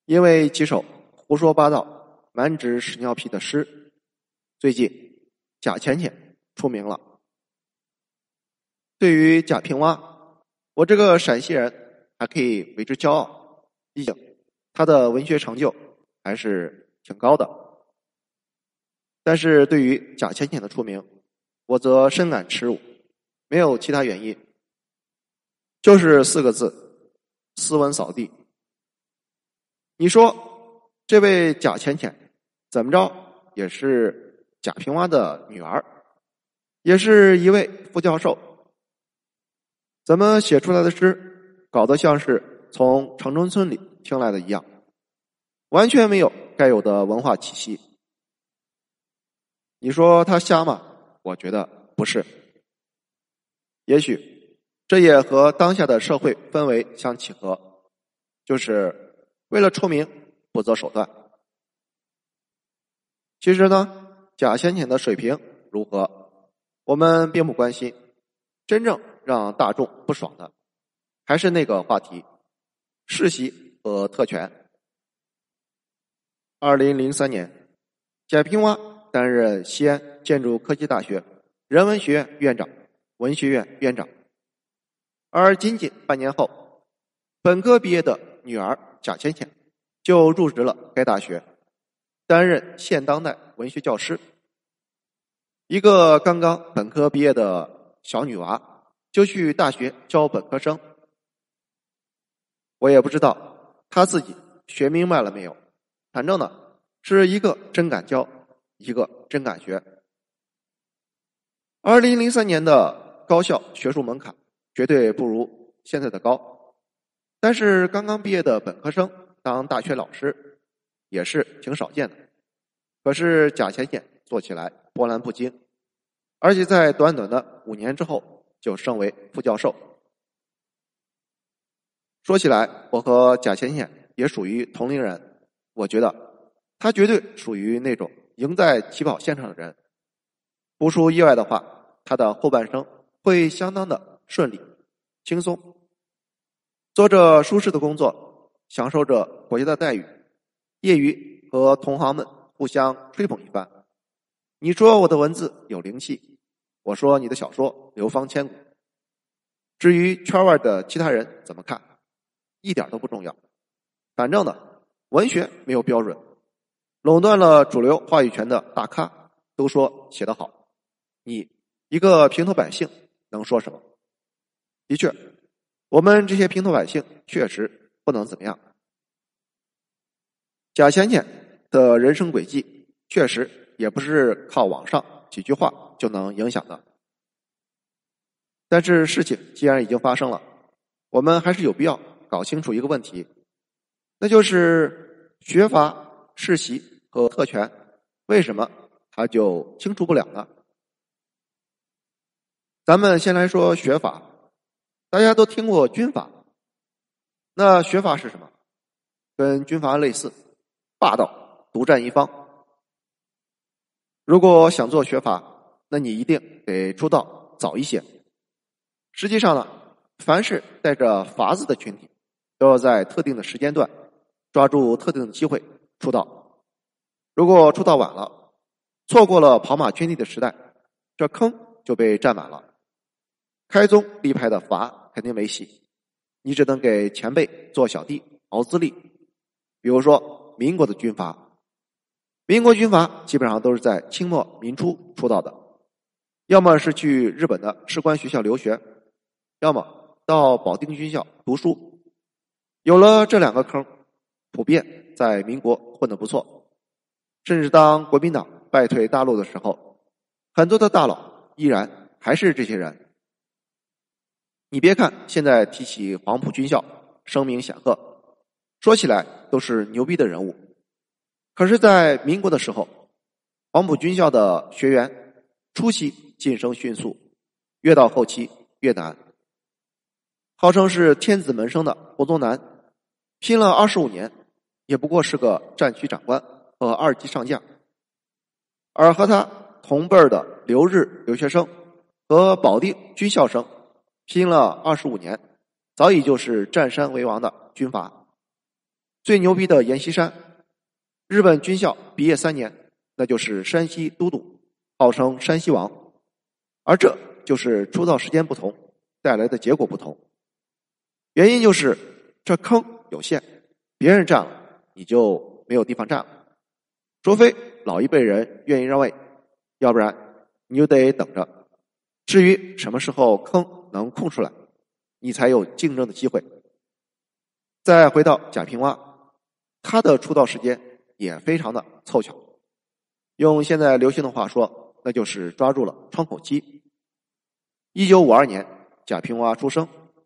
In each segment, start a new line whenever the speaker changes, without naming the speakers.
因为几首胡说八道、满纸屎尿屁的诗，最近贾浅浅出名了。对于贾平凹，我这个陕西人还可以为之骄傲，毕竟他的文学成就还是挺高的。但是对于贾浅浅的出名，我则深感耻辱，没有其他原因，就是4个字：斯文扫地。你说这位贾浅浅怎么着也是贾平凹的女儿，也是一位副教授，怎么写出来的诗搞得像是从城中村里听来的一样，完全没有该有的文化气息。你说他瞎吗？我觉得不是。也许这也和当下的社会氛围相契合，就是为了出名不择手段。其实呢，贾浅浅的水平如何，我们并不关心，真正让大众不爽的还是那个话题：世袭和特权。2003年，贾平凹担任西安建筑科技大学人文学院院长、文学院院长，而仅仅半年后，本科毕业的女儿贾浅浅就入职了该大学，担任现当代文学教师。一个刚刚本科毕业的小女娃就去大学教本科生，我也不知道她自己学明白了没有，反正呢是一个真敢教，一个真敢学。2003年的高校学术门槛绝对不如现在的高，但是刚刚毕业的本科生当大学老师也是挺少见的。可是贾浅浅做起来波澜不惊，而且在短短的5年之后就升为副教授。说起来，我和贾浅浅也属于同龄人，我觉得他绝对属于那种赢在起跑线上的人。不出意外的话，他的后半生会相当的顺利、轻松，做着舒适的工作，享受着国家的待遇，业余和同行们互相吹捧一番。你说我的文字有灵气，我说你的小说流芳千古。至于圈外的其他人怎么看，一点都不重要。反正呢，文学没有标准，垄断了主流话语权的大咖都说写得好，你一个平头百姓能说什么？的确，我们这些平头百姓确实不能怎么样。贾浅浅的人生轨迹确实也不是靠网上几句话就能影响的。但是事情既然已经发生了，我们还是有必要搞清楚一个问题，那就是学阀、世袭和特权，为什么他就清除不了呢？咱们先来说学阀，大家都听过军阀，那学阀是什么？跟军阀类似，霸道，独占一方。如果想做学阀，那你一定得出道早一些。实际上呢，凡是带着阀字的群体，都要在特定的时间段抓住特定的机会出道。如果出道晚了，错过了跑马圈地的时代，这坑就被占满了。开宗立派的阀肯定没戏，你只能给前辈做小弟熬资历。比如说民国的军阀，民国军阀基本上都是在清末民初出道的，要么是去日本的士官学校留学，要么到保定军校读书。有了这2个坑，普遍在民国混得不错，甚至当国民党败退大陆的时候，很多的大佬依然还是这些人。你别看现在提起黄埔军校声名显赫，说起来都是牛逼的人物，可是在民国的时候，黄埔军校的学员初期晋升迅速，越到后期越难。号称是天子门生的胡宗南，拼了25年，也不过是个战区长官和2级上将。而和他同辈的留日留学生和保定军校生，拼了25年，早已就是占山为王的军阀。 最牛逼的阎锡山，日本军校毕业3年，那就是山西都督，号称山西王。而这就是出道时间不同带来的结果不同。原因就是这坑有限，别人占了你就没有地方站了，除非老一辈人愿意让位，要不然你就得等着。至于什么时候坑能空出来，你才有竞争的机会。再回到贾平凹，他的出道时间也非常的凑巧，用现在流行的话说，那就是抓住了窗口期。1952年贾平凹出生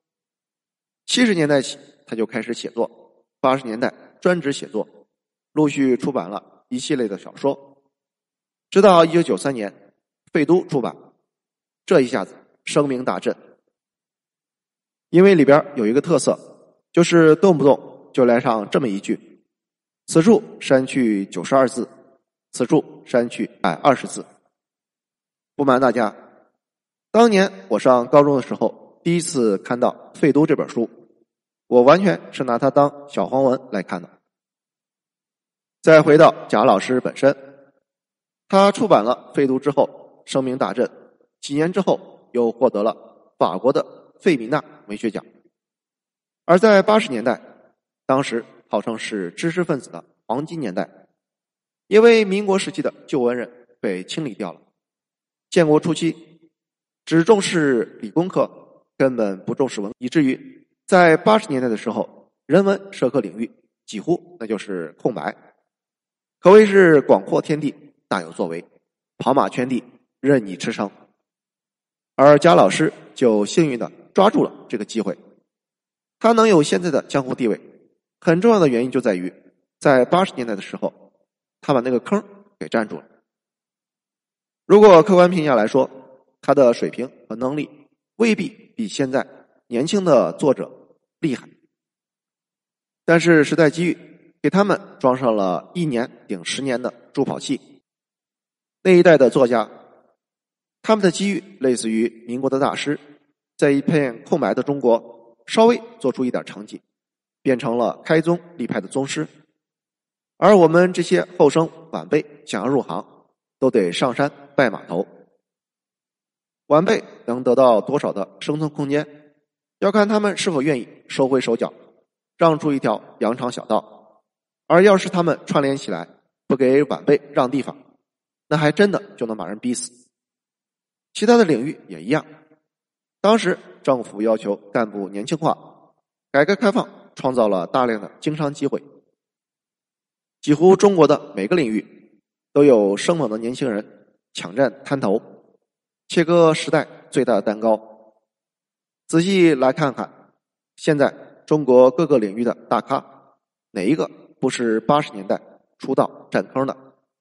，70年代起他就开始写作，80年代专职写作，陆续出版了一系列的小说，直到1993年废都出版，这一下子声名大振。因为里边有一个特色，就是动不动就来上这么一句：此处删去92字，此处删去120字。不瞒大家，当年我上高中的时候，第一次看到废都这本书，我完全是拿它当小黄文来看的。再回到贾老师本身，他出版了废都之后声名大振，几年之后又获得了法国的费米娜文学奖。而在80年代，当时号称是知识分子的黄金年代，因为民国时期的旧文人被清理掉了，建国初期只重视理工科，根本不重视文，以至于在80年代的时候，人文社科领域几乎那就是空白，可谓是广阔天地，大有作为，跑马圈地，任你驰骋。而贾老师就幸运的抓住了这个机会，他能有现在的江湖地位，很重要的原因就在于在80年代的时候，他把那个坑给占住了。如果客观评价来说，他的水平和能力未必比现在年轻的作者厉害，但是时代机遇给他们装上了1年顶10年的助跑器。那一代的作家，他们的机遇类似于民国的大师，在一片空白的中国稍微做出一点成绩，变成了开宗立派的宗师。而我们这些后生晚辈想要入行，都得上山拜码头。晚辈能得到多少的生存空间，要看他们是否愿意收回手脚，让出一条羊肠小道。而要是他们串联起来，不给晚辈让地方，那还真的就能把人逼死。其他的领域也一样，当时政府要求干部年轻化，改革开放创造了大量的经商机会，几乎中国的每个领域都有生猛的年轻人抢占滩头，切割时代最大的蛋糕。仔细来看看，现在中国各个领域的大咖，哪一个不是80年代出道占坑的？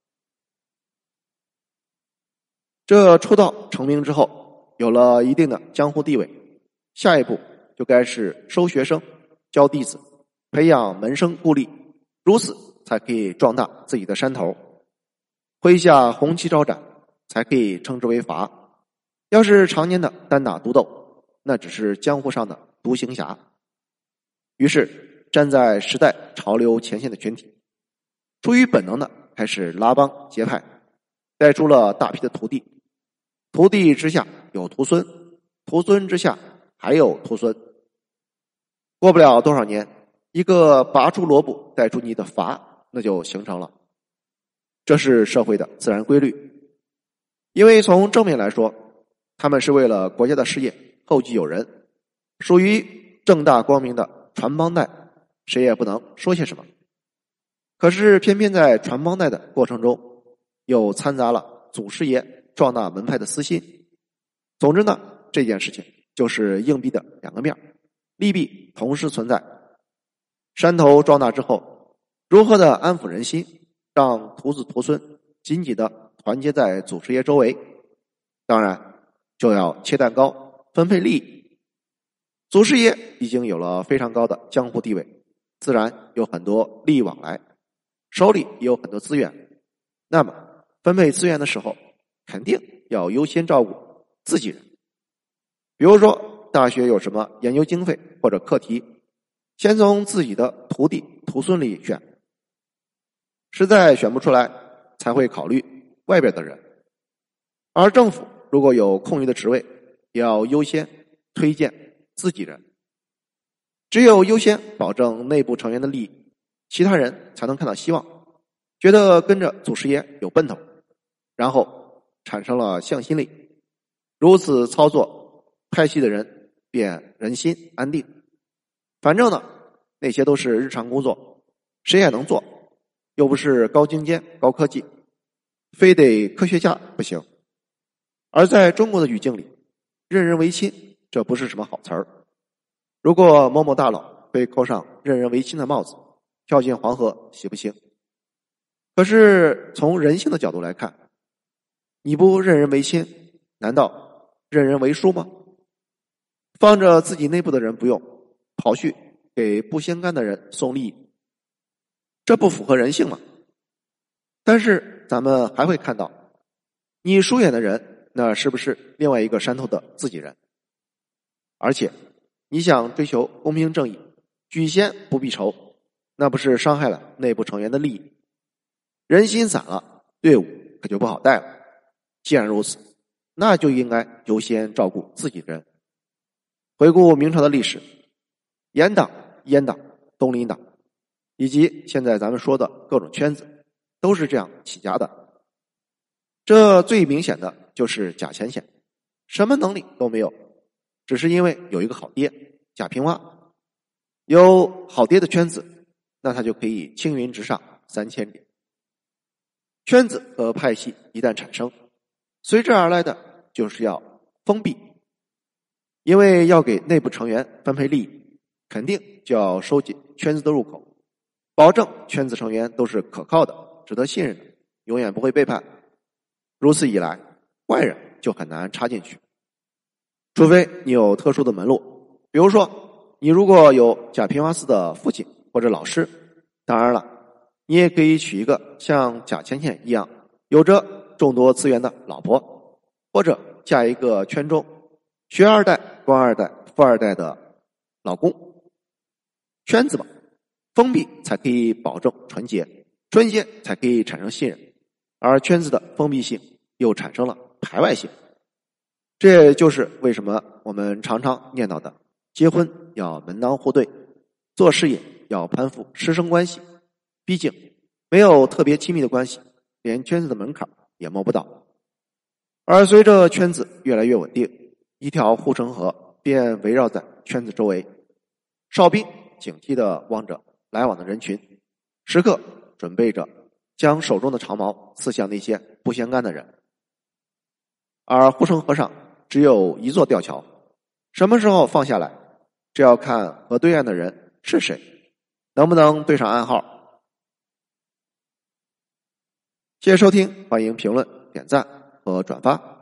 这出道成名之后，有了一定的江湖地位，下一步就该是收学生、教弟子，培养门生故吏，如此才可以壮大自己的山头，麾下红旗招展，才可以称之为阀。要是常年的单打独斗，那只是江湖上的独行侠。于是站在时代潮流前线的群体，出于本能的开始拉帮结派，带出了大批的徒弟，徒弟之下有徒孙，徒孙之下还有徒孙。过不了多少年，一个拔出萝卜带出泥的阀那就形成了。这是社会的自然规律。因为从正面来说，他们是为了国家的事业后继有人，属于正大光明的传帮带，谁也不能说些什么。可是偏偏在传帮带的过程中，又掺杂了祖师爷壮大门派的私心。总之呢，这件事情就是硬币的两个面，利弊同时存在。山头壮大之后，如何的安抚人心，让徒子徒孙紧紧的团结在祖师爷周围，当然就要切蛋糕，分配利益。祖师爷已经有了非常高的江湖地位，自然有很多利益往来，手里也有很多资源，那么分配资源的时候，肯定要优先照顾自己人。比如说大学有什么研究经费或者课题， 先从自己的徒弟徒孙里选，实在选不出来才会考虑外边的人。而政府如果有空余的职位，也要优先推荐自己人。只有优先保证内部成员的利益，其他人才能看到希望，觉得跟着祖师爷有奔头，然后产生了向心力。如此操作，派系的人便人心安定。反正呢，那些都是日常工作，谁也能做，又不是高精尖高科技，非得科学家不行。而在中国的语境里，任人唯亲这不是什么好词儿。如果某某大佬被扣上任人唯亲的帽子，跳进黄河行不行？可是从人性的角度来看，你不任人唯亲，难道任人唯淑吗？放着自己内部的人不用，跑去给不相干的人送利益，这不符合人性吗？但是咱们还会看到，你疏远的人，那是不是另外一个山头的自己人？而且你想追求公平正义，举先不避仇，那不是伤害了内部成员的利益？人心散了，队伍可就不好带了。既然如此，那就应该优先照顾自己人。回顾明朝的历史，严党、阉党、东林党，以及现在咱们说的各种圈子，都是这样起家的。这最明显的就是贾浅浅，什么能力都没有，只是因为有一个好爹贾平凹。有好爹的圈子，那他就可以青云直上3000里。圈子和派系一旦产生，随之而来的就是要封闭，因为要给内部成员分配利益，肯定就要收紧圈子的入口，保证圈子成员都是可靠的、值得信任的，永远不会背叛。如此一来，外人就很难插进去，除非你有特殊的门路。比如说，你如果有贾平凹寺的父亲或者老师，当然了，你也可以娶一个像贾浅浅一样有着众多资源的老婆，或者嫁一个圈中学二代、官二代、富二代的老公。圈子嘛，封闭才可以保证纯洁，纯洁才可以产生信任，而圈子的封闭性又产生了排外性。这也就是为什么我们常常念叨的结婚要门当户对，做事业要攀附师生关系。毕竟没有特别亲密的关系，连圈子的门槛也摸不到。而随着圈子越来越稳定，一条护城河便围绕在圈子周围，哨兵警惕地望着来往的人群，时刻准备着将手中的长矛刺向那些不相干的人。而护城河上只有一座吊桥，什么时候放下来，这要看河对岸的人是谁，能不能对上暗号。谢谢收听，欢迎评论、点赞和转发。